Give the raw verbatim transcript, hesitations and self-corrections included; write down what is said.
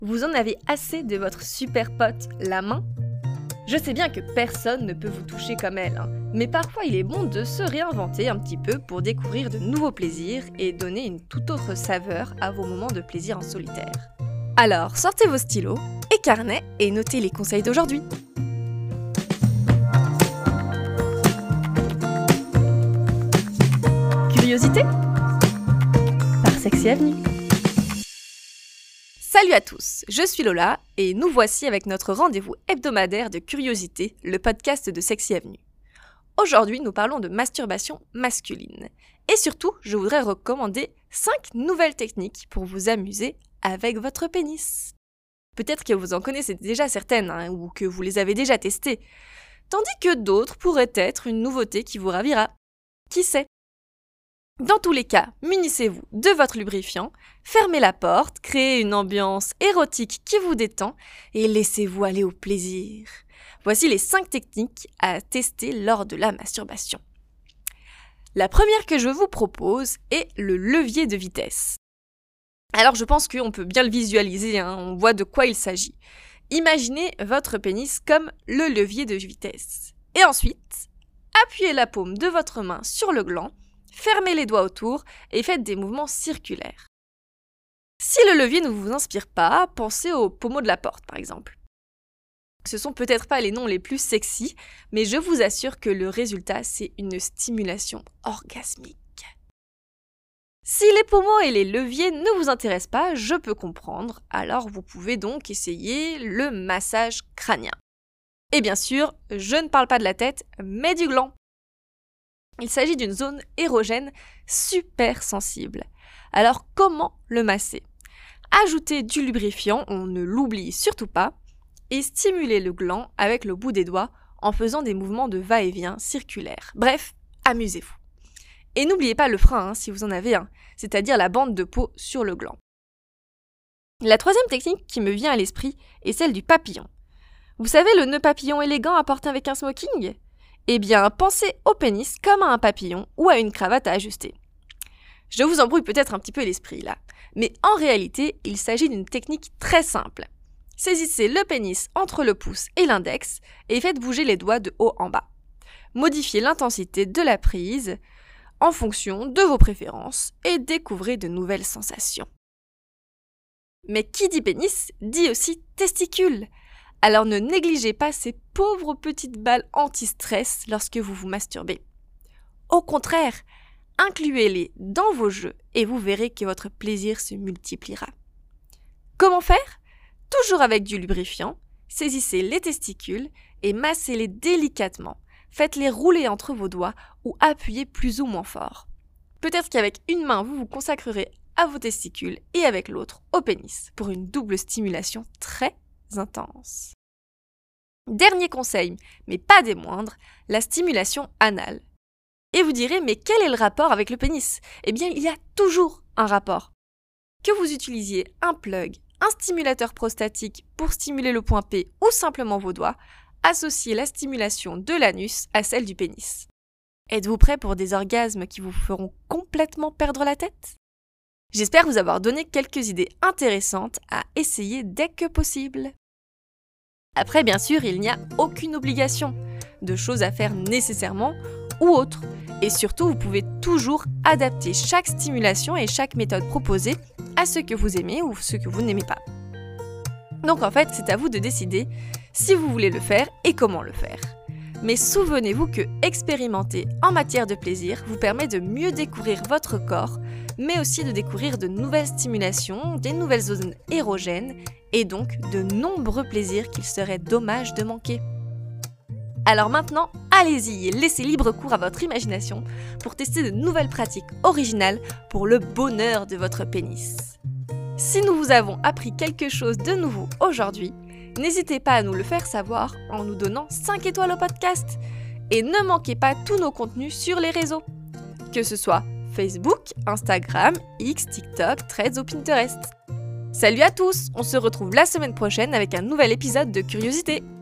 Vous en avez assez de votre super pote, la main? Je sais bien que personne ne peut vous toucher comme elle, hein, mais parfois il est bon de se réinventer un petit peu pour découvrir de nouveaux plaisirs et donner une toute autre saveur à vos moments de plaisir en solitaire. Alors sortez vos stylos et carnets et notez les conseils d'aujourd'hui. Curiosité par Sexy Avenue. Salut à tous, je suis Lola et nous voici avec notre rendez-vous hebdomadaire de curiosité, le podcast de Sexy Avenue. Aujourd'hui, nous parlons de masturbation masculine. Et surtout, je voudrais recommander cinq nouvelles techniques pour vous amuser avec votre pénis. Peut-être que vous en connaissez déjà certaines, hein, ou que vous les avez déjà testées, tandis que d'autres pourraient être une nouveauté qui vous ravira. Qui sait ? Dans tous les cas, munissez-vous de votre lubrifiant, fermez la porte, créez une ambiance érotique qui vous détend et laissez-vous aller au plaisir. Voici les cinq techniques à tester lors de la masturbation. La première que je vous propose est le levier de vitesse. Alors je pense qu'on peut bien le visualiser, hein, on voit de quoi il s'agit. Imaginez votre pénis comme le levier de vitesse. Et ensuite, appuyez la paume de votre main sur le gland, fermez les doigts autour et faites des mouvements circulaires. Si le levier ne vous inspire pas, pensez au pommeau de la porte par exemple. Ce sont peut-être pas les noms les plus sexy, mais je vous assure que le résultat c'est une stimulation orgasmique. Si les pommeaux et les leviers ne vous intéressent pas, je peux comprendre, alors vous pouvez donc essayer le massage crânien. Et bien sûr, je ne parle pas de la tête, mais du gland. Il s'agit d'une zone érogène super sensible. Alors comment le masser ? Ajoutez du lubrifiant, on ne l'oublie surtout pas, et stimulez le gland avec le bout des doigts en faisant des mouvements de va-et-vient circulaires. Bref, amusez-vous. Et n'oubliez pas le frein hein, si vous en avez un, c'est-à-dire la bande de peau sur le gland. La troisième technique qui me vient à l'esprit est celle du papillon. Vous savez le nœud papillon élégant à porter avec un smoking ? Eh bien, pensez au pénis comme à un papillon ou à une cravate à ajuster. Je vous embrouille peut-être un petit peu l'esprit là, mais en réalité, il s'agit d'une technique très simple. Saisissez le pénis entre le pouce et l'index et faites bouger les doigts de haut en bas. Modifiez l'intensité de la prise en fonction de vos préférences et découvrez de nouvelles sensations. Mais qui dit pénis dit aussi testicules. Alors ne négligez pas ces pauvres petites balles anti-stress lorsque vous vous masturbez. Au contraire, incluez-les dans vos jeux et vous verrez que votre plaisir se multipliera. Comment faire ? Toujours avec du lubrifiant, saisissez les testicules et massez-les délicatement. Faites-les rouler entre vos doigts ou appuyez plus ou moins fort. Peut-être qu'avec une main, vous vous consacrerez à vos testicules et avec l'autre au pénis pour une double stimulation très intense. Dernier conseil, mais pas des moindres, la stimulation anale. Et vous direz, mais quel est le rapport avec le pénis ? Eh bien, il y a toujours un rapport. Que vous utilisiez un plug, un stimulateur prostatique pour stimuler le point P ou simplement vos doigts, associez la stimulation de l'anus à celle du pénis. Êtes-vous prêt pour des orgasmes qui vous feront complètement perdre la tête ? J'espère vous avoir donné quelques idées intéressantes à essayer dès que possible. Après, bien sûr, il n'y a aucune obligation de choses à faire nécessairement ou autre. Et surtout, vous pouvez toujours adapter chaque stimulation et chaque méthode proposée à ce que vous aimez ou ce que vous n'aimez pas. Donc en fait, c'est à vous de décider si vous voulez le faire et comment le faire. Mais souvenez-vous que expérimenter en matière de plaisir vous permet de mieux découvrir votre corps, mais aussi de découvrir de nouvelles stimulations, des nouvelles zones érogènes, et donc de nombreux plaisirs qu'il serait dommage de manquer. Alors maintenant, allez-y et laissez libre cours à votre imagination pour tester de nouvelles pratiques originales pour le bonheur de votre pénis. Si nous vous avons appris quelque chose de nouveau aujourd'hui, n'hésitez pas à nous le faire savoir en nous donnant cinq étoiles au podcast. Et ne manquez pas tous nos contenus sur les réseaux, que ce soit Facebook, Instagram, X, TikTok, Threads ou Pinterest. Salut à tous, on se retrouve la semaine prochaine avec un nouvel épisode de Curiosité.